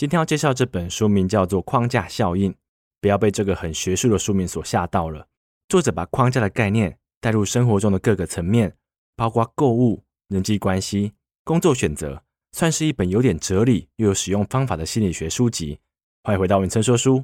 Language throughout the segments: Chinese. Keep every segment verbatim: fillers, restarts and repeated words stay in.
今天要介绍这本书名叫做《框架效应》，不要被这个很学术的书名所吓到了。作者把框架的概念带入生活中的各个层面，包括购物、人际关系、工作选择，算是一本有点哲理又有使用方法的心理学书籍。欢迎回到文森说书。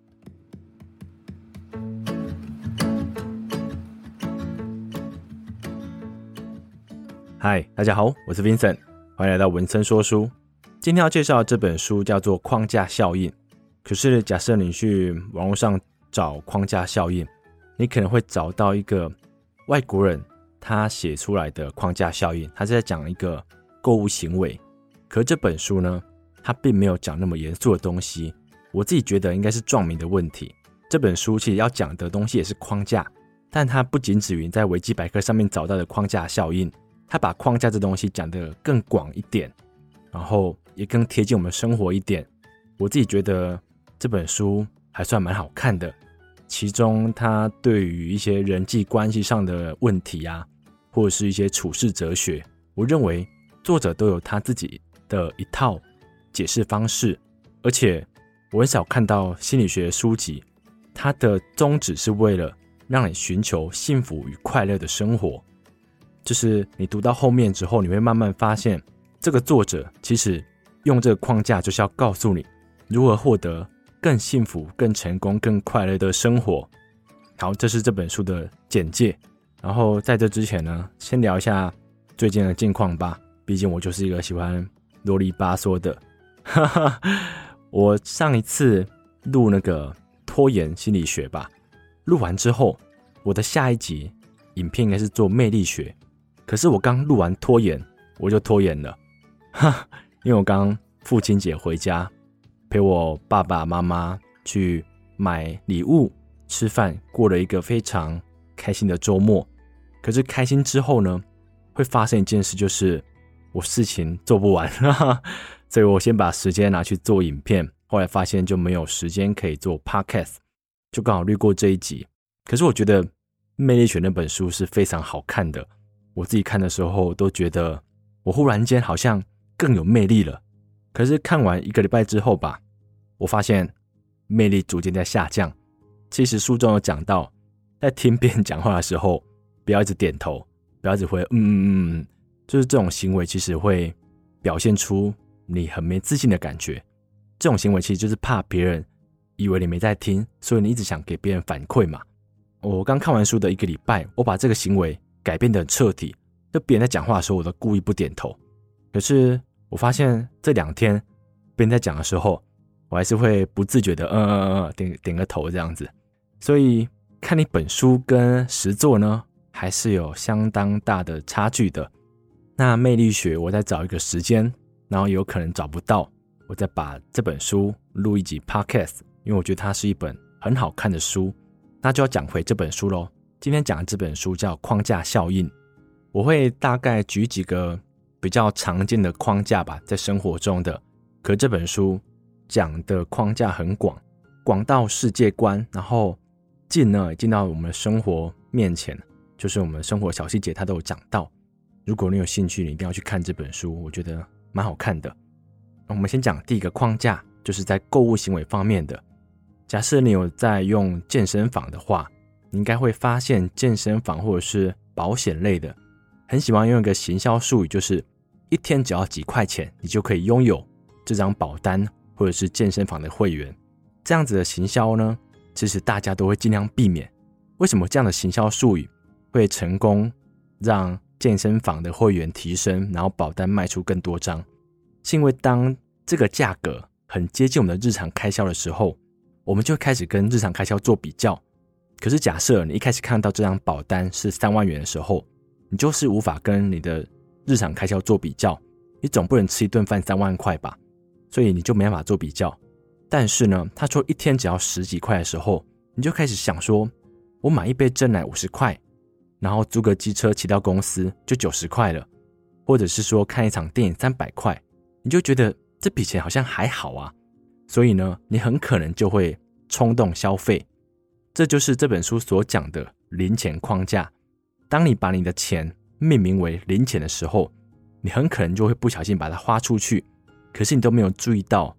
嗨，大家好，我是 Vincent， 欢迎来到文森说书。今天要介绍的这本书叫做《框架效应》。可是假设你去网络上找框架效应，你可能会找到一个外国人他写出来的框架效应，他是在讲一个购物行为。可是这本书呢，他并没有讲那么严肃的东西，我自己觉得应该是撞名的问题。这本书其实要讲的东西也是框架，但它不仅止于在维基百科上面找到的框架效应，它把框架这东西讲得更广一点，然后也更贴近我们生活一点。我自己觉得这本书还算蛮好看的，其中它对于一些人际关系上的问题啊，或者是一些处世哲学，我认为作者都有他自己的一套解释方式。而且我很少看到心理学书籍，它的宗旨是为了让你寻求幸福与快乐的生活。就是你读到后面之后，你会慢慢发现这个作者其实用这个框架就是要告诉你如何获得更幸福、更成功、更快乐的生活。好，这是这本书的简介。然后在这之前呢，先聊一下最近的近况吧，毕竟我就是一个喜欢啰里吧嗦的。我上一次录那个拖延心理学吧，录完之后，我的下一集影片应该是做魅力学，可是我刚录完拖延，我就拖延了。因为我刚父亲节回家，陪我爸爸妈妈去买礼物、吃饭，过了一个非常开心的周末。可是开心之后呢，会发生一件事，就是我事情做不完，所以我先把时间拿去做影片，后来发现就没有时间可以做 podcast， 就刚好略过这一集。可是我觉得《魅力学》那本书是非常好看的，我自己看的时候都觉得我忽然间好像更有魅力了。可是看完一个礼拜之后吧，我发现魅力逐渐在下降。其实书中有讲到，在听别人讲话的时候，不要一直点头，不要一直回嗯嗯嗯，就是这种行为其实会表现出你很没自信的感觉。这种行为其实就是怕别人以为你没在听，所以你一直想给别人反馈嘛。我刚看完书的一个礼拜，我把这个行为改变得很彻底，就别人在讲话的时候，我都故意不点头。可是我发现这两天别人在讲的时候，我还是会不自觉的嗯嗯嗯点点个头这样子。所以看一本书跟实作呢，还是有相当大的差距的。那魅力学我再找一个时间，然后有可能找不到，我再把这本书录一集 podcast， 因为我觉得它是一本很好看的书。那就要讲回这本书咯。今天讲的这本书叫《框架效应》，我会大概举几个比较常见的框架吧，在生活中的。可这本书讲的框架很广，广到世界观，然后进呢进到我们的生活面前，就是我们生活小细节它都有讲到。如果你有兴趣，你一定要去看这本书，我觉得蛮好看的。我们先讲第一个框架，就是在购物行为方面的。假设你有在用健身房的话，你应该会发现健身房或者是保险类的很喜欢用一个行销术语，就是一天只要几块钱，你就可以拥有这张保单或者是健身房的会员。这样子的行销呢，其实大家都会尽量避免。为什么这样的行销术语会成功让健身房的会员提升，然后保单卖出更多张？是因为当这个价格很接近我们的日常开销的时候，我们就会开始跟日常开销做比较。可是假设你一开始看到这张保单是三万元的时候，你就是无法跟你的日常开销做比较，你总不能吃一顿饭三万块吧，所以你就没办法做比较。但是呢，他说一天只要十几块的时候，你就开始想说，我买一杯珍奶五十块，然后租个机车骑到公司就九十块了，或者是说看一场电影三百块，你就觉得这笔钱好像还好啊，所以呢，你很可能就会冲动消费。这就是这本书所讲的零钱框架。当你把你的钱命名为零钱的时候，你很可能就会不小心把它花出去，可是你都没有注意到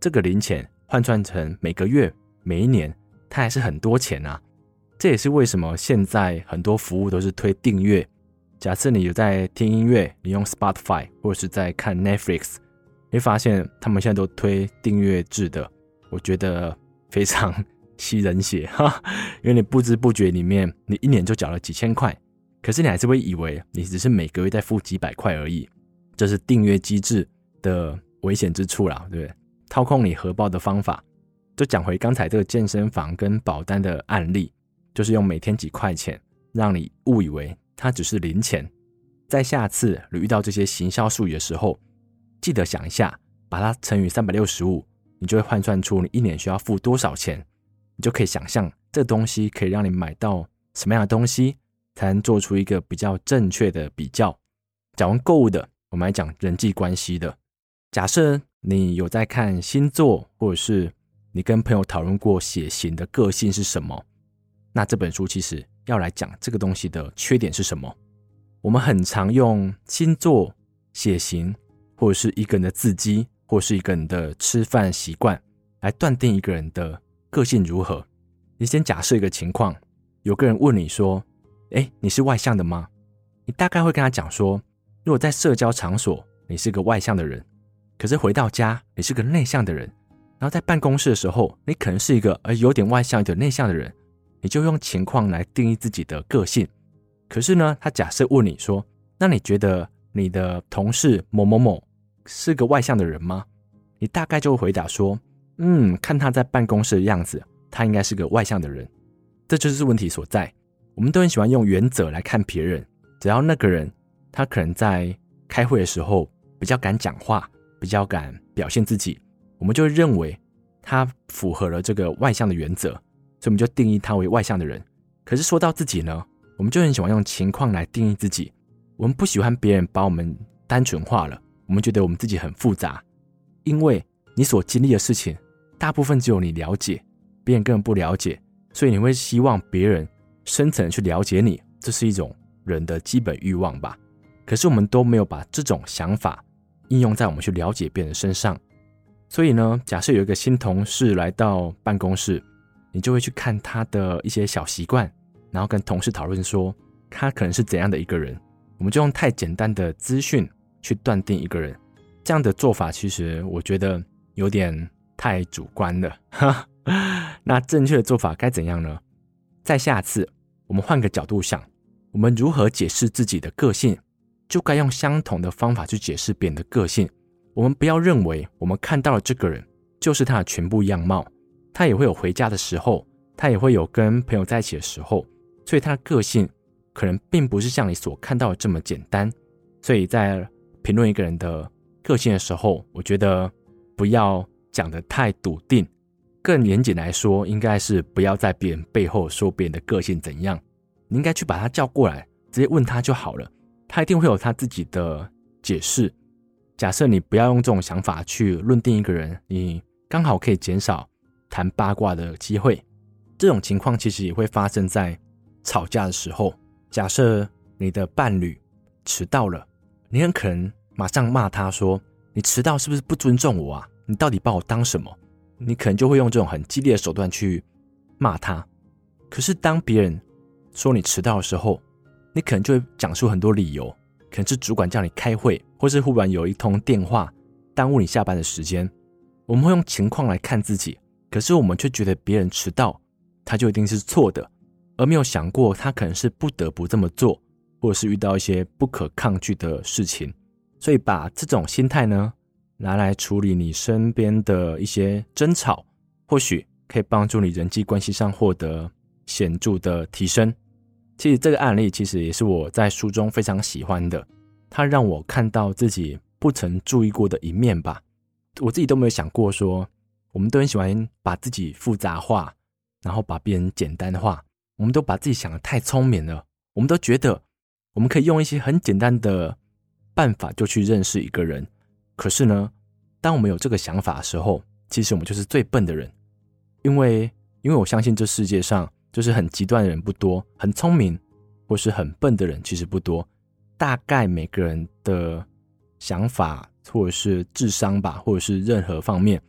这个零钱换算成每个月每一年，它还是很多钱啊。这也是为什么现在很多服务都是推订阅。假设你有在听音乐，你用 Spotify 或者是在看 Netflix， 你会发现他们现在都推订阅制的，我觉得非常吸人血哈，因为你不知不觉里面你一年就缴了几千块，可是你还是会以为你只是每个月在付几百块而已。这是订阅机制的危险之处啦，对不对？掏空你荷包的方法。就讲回刚才这个健身房跟保单的案例，就是用每天几块钱让你误以为它只是零钱。在下次你遇到这些行销术语的时候，记得想一下，把它乘以三百六十五，你就会换算出你一年需要付多少钱。你就可以想象这东西可以让你买到什么样的东西，才能做出一个比较正确的比较。讲完购物的，我们来讲人际关系的。假设你有在看星座，或者是你跟朋友讨论过血型的个性是什么，那这本书其实要来讲这个东西的缺点是什么。我们很常用星座、血型，或者是一个人的字迹，或是一个人的吃饭习惯来断定一个人的个性如何。你先假设一个情况，有个人问你说，诶，你是外向的吗？你大概会跟他讲说，如果在社交场所你是个外向的人，可是回到家你是个内向的人，然后在办公室的时候你可能是一个呃有点外向有点内向的人，你就用情况来定义自己的个性。可是呢，他假设问你说，那你觉得你的同事某某某是个外向的人吗？你大概就会回答说，嗯，看他在办公室的样子，他应该是个外向的人。这就是问题所在。我们都很喜欢用原则来看别人，只要那个人他可能在开会的时候比较敢讲话，比较敢表现自己，我们就会认为他符合了这个外向的原则，所以我们就定义他为外向的人。可是说到自己呢，我们就很喜欢用情况来定义自己。我们不喜欢别人把我们单纯化了，我们觉得我们自己很复杂，因为你所经历的事情大部分只有你了解，别人根本不了解，所以你会希望别人深层去了解你，这是一种人的基本欲望吧。可是我们都没有把这种想法应用在我们去了解别人身上。所以呢，假设有一个新同事来到办公室，你就会去看他的一些小习惯，然后跟同事讨论说他可能是怎样的一个人。我们就用太简单的资讯去断定一个人，这样的做法其实我觉得有点太主观了那正确的做法该怎样呢？在下次我们换个角度想，我们如何解释自己的个性，就该用相同的方法去解释别人的个性。我们不要认为我们看到的这个人就是他的全部样貌，他也会有回家的时候，他也会有跟朋友在一起的时候，所以他的个性可能并不是像你所看到的这么简单。所以在评论一个人的个性的时候，我觉得不要讲得太笃定，更严谨来说，应该是不要在别人背后说别人的个性怎样。你应该去把他叫过来，直接问他就好了，他一定会有他自己的解释。假设你不要用这种想法去论定一个人，你刚好可以减少谈八卦的机会。这种情况其实也会发生在吵架的时候。假设你的伴侣迟到了，你很可能马上骂他说，你迟到是不是不尊重我啊？你到底把我当什么？你可能就会用这种很激烈的手段去骂他。可是当别人说你迟到的时候，你可能就会讲出很多理由，可能是主管叫你开会，或是忽然有一通电话耽误你下班的时间。我们会用情况来看自己，可是我们却觉得别人迟到他就一定是错的，而没有想过他可能是不得不这么做，或者是遇到一些不可抗拒的事情。所以把这种心态呢拿来处理你身边的一些争吵，或许可以帮助你人际关系上获得显著的提升。其实这个案例其实也是我在书中非常喜欢的，它让我看到自己不曾注意过的一面吧。我自己都没有想过说，我们都很喜欢把自己复杂化，然后把别人简单化。我们都把自己想得太聪明了，我们都觉得我们可以用一些很简单的办法就去认识一个人。可是呢，当我们有这个想法的时候，其实我们就是最笨的人。因为因为我相信这世界上就是很极端的人不多，很聪明或是很笨的人其实不多。大概每个人的想法或者是智商吧，或者是任何方面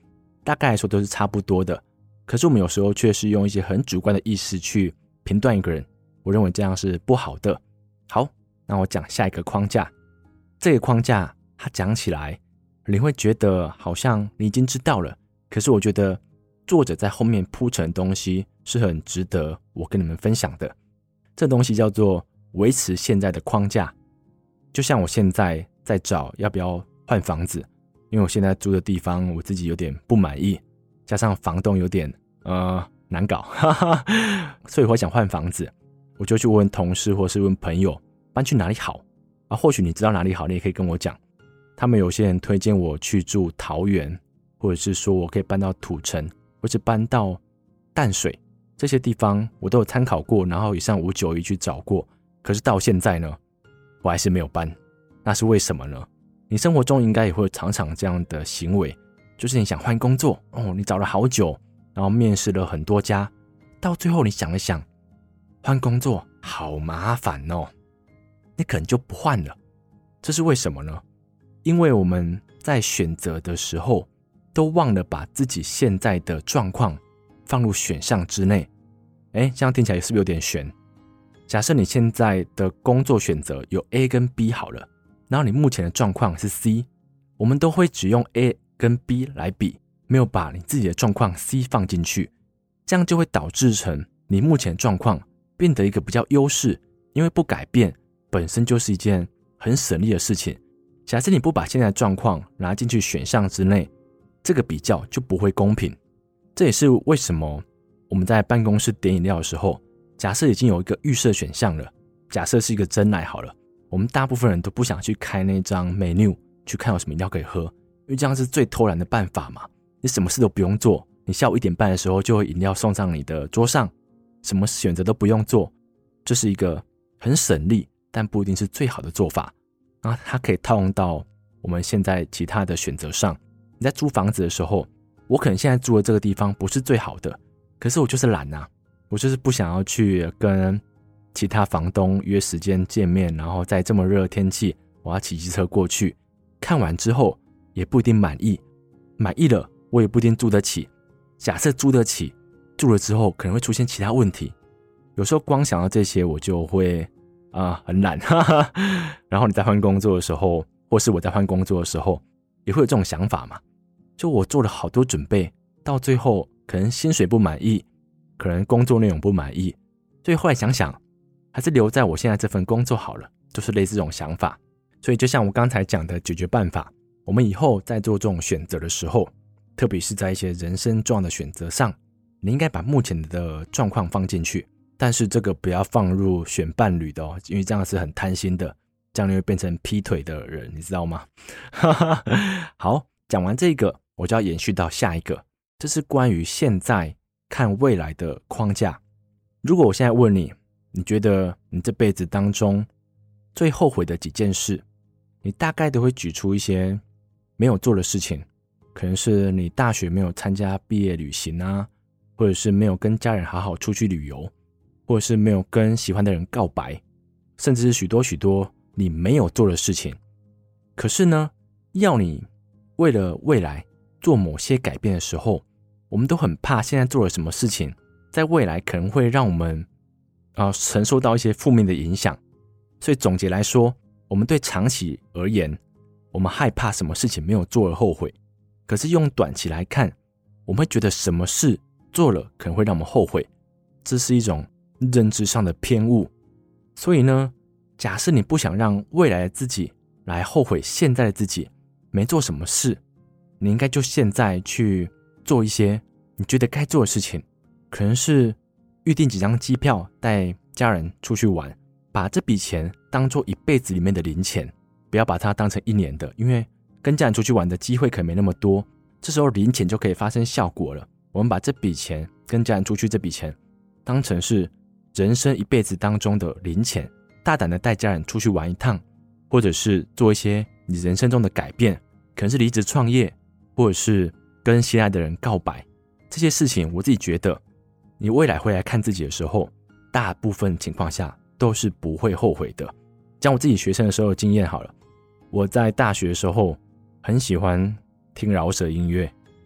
大概来说都是差不多的，可是我们有时候却是用一些很主观的意识去评断一个人，我认为这样是不好的。好，那我讲下一个框架。这个框架它讲起来你会觉得好像你已经知道了，可是我觉得作者在后面铺陈的东西是很值得我跟你们分享的。这东西叫做维持现在的框架。就像我现在在找要不要换房子，因为我现在住的地方我自己有点不满意，加上房东有点呃难搞，哈哈，所以我想换房子，我就去问同事或是问朋友搬去哪里好啊？或许你知道哪里好，你也可以跟我讲。他们有些人推荐我去住桃园，或者是说我可以搬到土城，或是搬到淡水，这些地方我都有参考过，然后也上五九一去找过，可是到现在呢，我还是没有搬。那是为什么呢？你生活中应该也会常常这样的行为，就是你想换工作哦，你找了好久，然后面试了很多家，到最后你想了想，换工作好麻烦哦，你可能就不换了。这是为什么呢？因为我们在选择的时候都忘了把自己现在的状况放入选项之内。诶，这样听起来是不是有点悬？假设你现在的工作选择有 A 跟 B 好了，然后你目前的状况是 C， 我们都会只用 A 跟 B 来比，没有把你自己的状况 C 放进去，这样就会导致成你目前的状况变得一个比较优势，因为不改变本身就是一件很省力的事情。假设你不把现在的状况拿进去选项之内，这个比较就不会公平。这也是为什么我们在办公室点饮料的时候，假设已经有一个预设选项了，假设是一个珍奶好了，我们大部分人都不想去开那张 menu 去看有什么饮料可以喝，因为这样是最偷懒的办法嘛。你什么事都不用做，你下午一点半的时候就会饮料送上你的桌上，什么选择都不用做，这是一个很省力但不一定是最好的做法。然后它可以套用到我们现在其他的选择上。你在租房子的时候，我可能现在住的这个地方不是最好的，可是我就是懒啊，我就是不想要去跟其他房东约时间见面，然后在这么热的天气我要骑机车过去，看完之后也不一定满意，满意了我也不一定住得起。假设租得起，住了之后可能会出现其他问题，有时候光想到这些我就会啊、呃、很懒，哈哈。然后你在换工作的时候，或是我在换工作的时候，也会有这种想法嘛。就我做了好多准备，到最后可能薪水不满意，可能工作内容不满意，所以后来想想，还是留在我现在这份工作好了，就是类似这种想法。所以就像我刚才讲的解决办法，我们以后在做这种选择的时候，特别是在一些人生重要的选择上，你应该把目前的状况放进去，但是这个不要放入选伴侣的哦，因为这样是很贪心的，这样你会变成劈腿的人，你知道吗？好，讲完这个，我就要延续到下一个，这是关于现在看未来的框架。如果我现在问你，你觉得你这辈子当中最后悔的几件事，你大概都会举出一些没有做的事情，可能是你大学没有参加毕业旅行啊，或者是没有跟家人好好出去旅游，或者是没有跟喜欢的人告白，甚至是许多许多你没有做的事情。可是呢，要你为了未来做某些改变的时候，我们都很怕现在做了什么事情，在未来可能会让我们、呃、承受到一些负面的影响。所以总结来说，我们对长期而言，我们害怕什么事情没有做而后悔，可是用短期来看，我们会觉得什么事做了可能会让我们后悔，这是一种认知上的偏误。所以呢，假设你不想让未来的自己来后悔现在的自己没做什么事，你应该就现在去做一些你觉得该做的事情，可能是预定几张机票带家人出去玩，把这笔钱当作一辈子里面的零钱，不要把它当成一年的，因为跟家人出去玩的机会可能没那么多，这时候零钱就可以发生效果了。我们把这笔钱跟家人出去这笔钱当成是人生一辈子当中的零钱，大胆的带家人出去玩一趟，或者是做一些你人生中的改变，可能是离职创业，或者是跟心爱的人告白。这些事情我自己觉得你未来回来看自己的时候，大部分情况下都是不会后悔的。讲我自己学生的时候的经验好了，我在大学的时候很喜欢听饶舌音乐，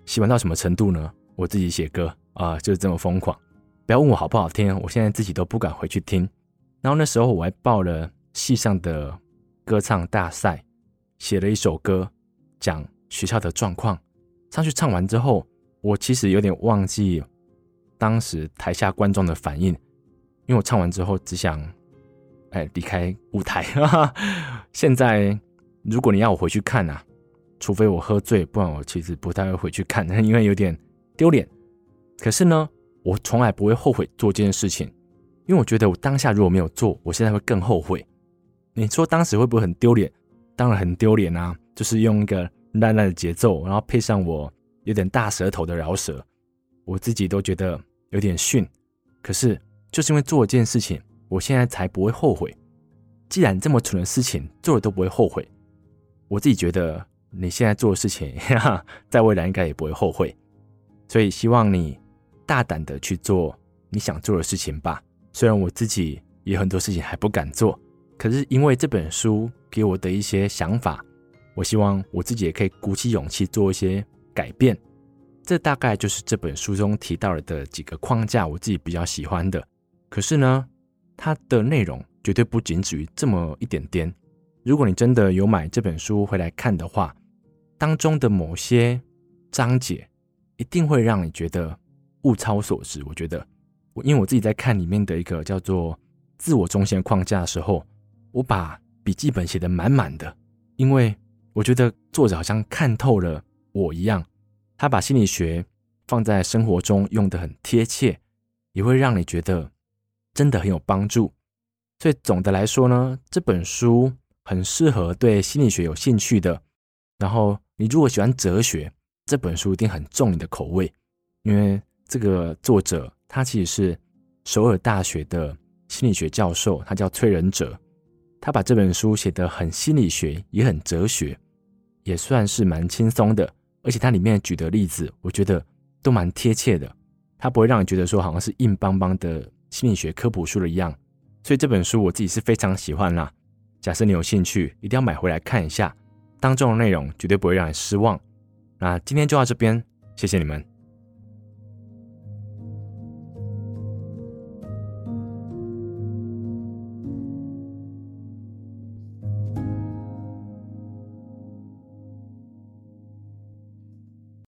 喜欢到什么程度呢？我自己写歌啊、呃，就是这么疯狂。不要问我好不好听，我现在自己都不敢回去听。然后那时候我还报了系上的歌唱大赛，写了一首歌，讲学校的状况。上去唱完之后，我其实有点忘记当时台下观众的反应，因为我唱完之后只想哎离开舞台。现在如果你要我回去看啊，除非我喝醉，不然我其实不太会回去看，因为有点丢脸。可是呢，我从来不会后悔做这件事情，因为我觉得我当下如果没有做，我现在会更后悔。你说当时会不会很丢脸？当然很丢脸啊，就是用一个烂烂的节奏，然后配上我有点大舌头的饶舌，我自己都觉得有点逊。可是就是因为做了这件事情，我现在才不会后悔。既然这么蠢的事情做了都不会后悔，我自己觉得你现在做的事情在未来应该也不会后悔。所以希望你大胆的去做你想做的事情吧。虽然我自己也有很多事情还不敢做，可是因为这本书给我的一些想法，我希望我自己也可以鼓起勇气做一些改变。这大概就是这本书中提到的几个框架，我自己比较喜欢的。可是呢，它的内容绝对不仅止于这么一点点。如果你真的有买这本书回来看的话，当中的某些章节一定会让你觉得物超所值。我觉得因为我自己在看里面的一个叫做自我中心的框架的时候，我把笔记本写得满满的，因为我觉得作者好像看透了我一样，他把心理学放在生活中用得很贴切，也会让你觉得真的很有帮助。所以总的来说呢，这本书很适合对心理学有兴趣的，然后你如果喜欢哲学，这本书一定很重你的口味。因为这个作者他其实是首尔大学的心理学教授，他叫崔仁哲。他把这本书写得很心理学也很哲学，也算是蛮轻松的，而且他里面举的例子我觉得都蛮贴切的，他不会让你觉得说好像是硬邦邦的心理学科普书的一样。所以这本书我自己是非常喜欢啦，假设你有兴趣一定要买回来看一下，当中的内容绝对不会让你失望。那今天就到这边，谢谢你们。